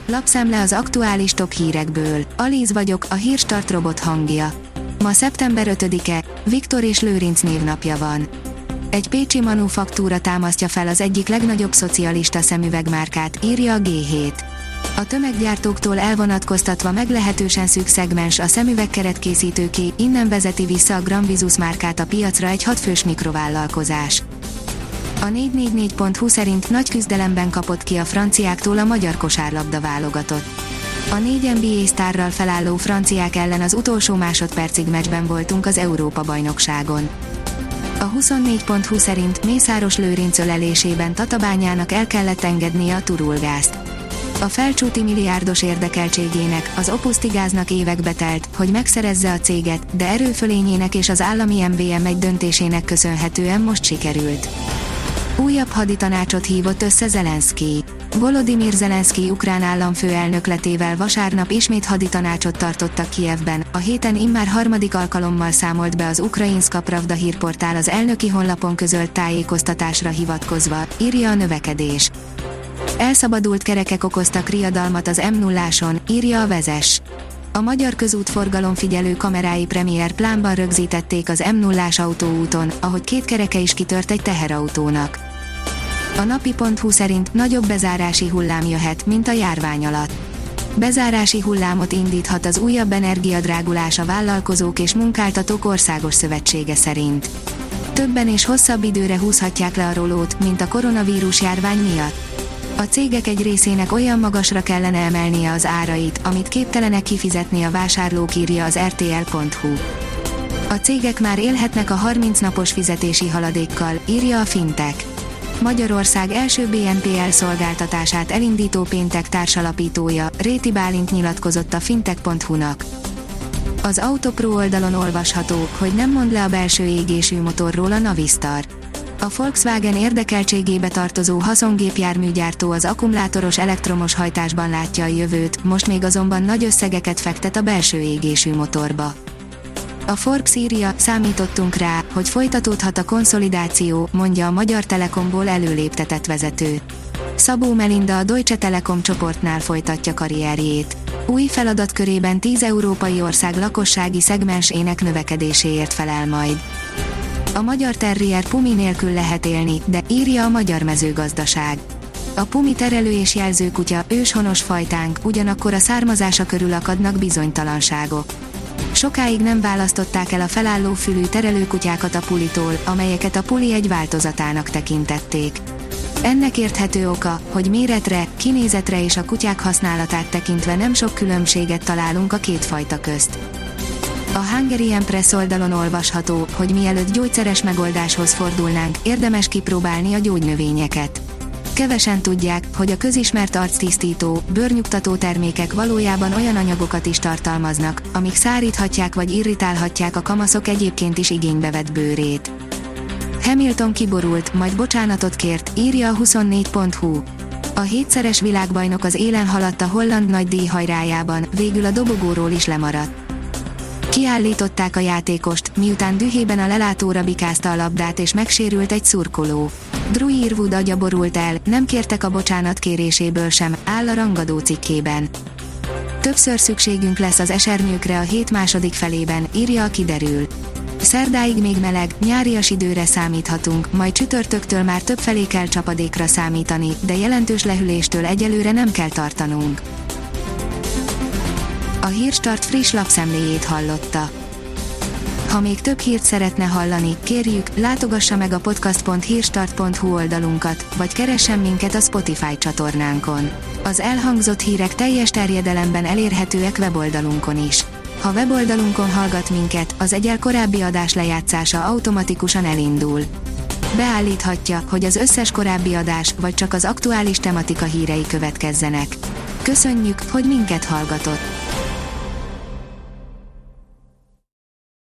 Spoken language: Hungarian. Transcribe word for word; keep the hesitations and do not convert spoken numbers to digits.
Lapszemle az aktuális top hírekből. Alíz vagyok, a Hírstart robot hangja. Ma szeptember ötödike, Viktor és Lőrinc névnapja van. Egy pécsi manufaktúra támasztja fel az egyik legnagyobb szocialista szemüvegmárkát, írja a gé hét. A tömeggyártóktól elvonatkoztatva meglehetősen szűk szegmens a szemüvegkeretkészítőké, innen vezeti vissza a Gramvisus márkát a piacra egy hatfős mikrovállalkozás. A négy négy négy pont hu szerint nagy küzdelemben kapott ki a franciáktól a magyar kosárlabda válogatott. A négy en bé á sztárral felálló franciák ellen az utolsó másodpercig meccsben voltunk az Európa-bajnokságon. A huszonnégy pont hu szerint Mészáros Lőrinc ölelésében Tatabányának el kellett engednie a turulgázt. A felcsúti milliárdos érdekeltségének, az Opusztigáznak évekbe telt, hogy megszerezze a céget, de erőfölényének és az állami em vé em egy döntésének köszönhetően most sikerült. Újabb haditanácsot hívott össze Zelenszkij. Volodymyr Zelenszkij ukrán államfőelnökletével vasárnap ismét haditanácsot tartottak Kijevben, a héten immár harmadik alkalommal számolt be az Ukrainska Pravda hírportál az elnöki honlapon közölt tájékoztatásra hivatkozva, írja a Növekedés. Elszabadult kerekek okoztak riadalmat az em nulláson, írja a Vezes. A magyar közútforgalom figyelő kamerái premier plánban rögzítették az em nullás autóúton, ahogy két kereke is kitört egy teherautónak. A napi pont hu szerint nagyobb bezárási hullám jöhet, mint a járvány alatt. Bezárási hullámot indíthat az újabb energiadrágulás a Vállalkozók és Munkáltatók Országos Szövetsége szerint. Többen és hosszabb időre húzhatják le a rolót, mint a koronavírus járvány miatt. A cégek egy részének olyan magasra kellene emelnie az árait, amit képtelenek kifizetni a vásárlók, írja az er té el pont hu. A cégek már élhetnek a harminc napos fizetési haladékkal, írja a Fintech. Magyarország első bé en pé el szolgáltatását elindító péntek társalapítója, Réti Bálint nyilatkozott a fintech pont hu-nak. Az Autopro oldalon olvasható, hogy nem mond le a belső égésű motorról a Navistar. A Volkswagen érdekeltségébe tartozó haszongépjárműgyártó az akkumulátoros elektromos hajtásban látja a jövőt, most még azonban nagy összegeket fektet a belső égésű motorba. A Forbes írja, számítottunk rá, hogy folytatódhat a konszolidáció, mondja a Magyar Telekomból előléptetett vezető. Szabó Melinda a Deutsche Telekom csoportnál folytatja karrierjét. Új feladatkörében tíz európai ország lakossági szegmensének növekedéséért felel majd. A magyar terrier Pumi nélkül lehet élni, de írja a Magyar Mezőgazdaság. A Pumi terelő és jelzőkutya, őshonos fajtánk, ugyanakkor a származása körül akadnak bizonytalanságok. Sokáig nem választották el a felálló fülű terelőkutyákat a pulitól, amelyeket a puli egy változatának tekintették. Ennek érthető oka, hogy méretre, kinézetre és a kutyák használatát tekintve nem sok különbséget találunk a két fajta közt. A Hungarian Press oldalon olvasható, hogy mielőtt gyógyszeres megoldáshoz fordulnánk, érdemes kipróbálni a gyógynövényeket. Kevesen tudják, hogy a közismert arctisztító, bőrnyugtató termékek valójában olyan anyagokat is tartalmaznak, amik száríthatják vagy irritálhatják a kamaszok egyébként is igénybe vett bőrét. Hamilton kiborult, majd bocsánatot kért, írja a huszonnégy pont hu. A hétszeres világbajnok az élen haladt a holland nagydíj hajrájában, végül a dobogóról is lemaradt. Kiállították a játékost, miután dühében a lelátóra bikázta a labdát és megsérült egy szurkoló. Drew Yearwood agya borult el, nem kértek a bocsánat kéréséből sem, áll a rangadó cikkében. Többször szükségünk lesz az esernyőkre a hét második felében, írja a Kiderül. Szerdáig még meleg, nyárias időre számíthatunk, majd csütörtöktől már többfelé kell csapadékra számítani, de jelentős lehűléstől egyelőre nem kell tartanunk. A Hírstart friss lapszemléjét hallotta. Ha még több hírt szeretne hallani, kérjük, látogassa meg a podcast pont hírstart pont hu oldalunkat, vagy keressen minket a Spotify csatornánkon. Az elhangzott hírek teljes terjedelemben elérhetőek weboldalunkon is. Ha weboldalunkon hallgat minket, az egyel korábbi adás lejátszása automatikusan elindul. Beállíthatja, hogy az összes korábbi adás, vagy csak az aktuális tematika hírei következzenek. Köszönjük, hogy minket hallgatott!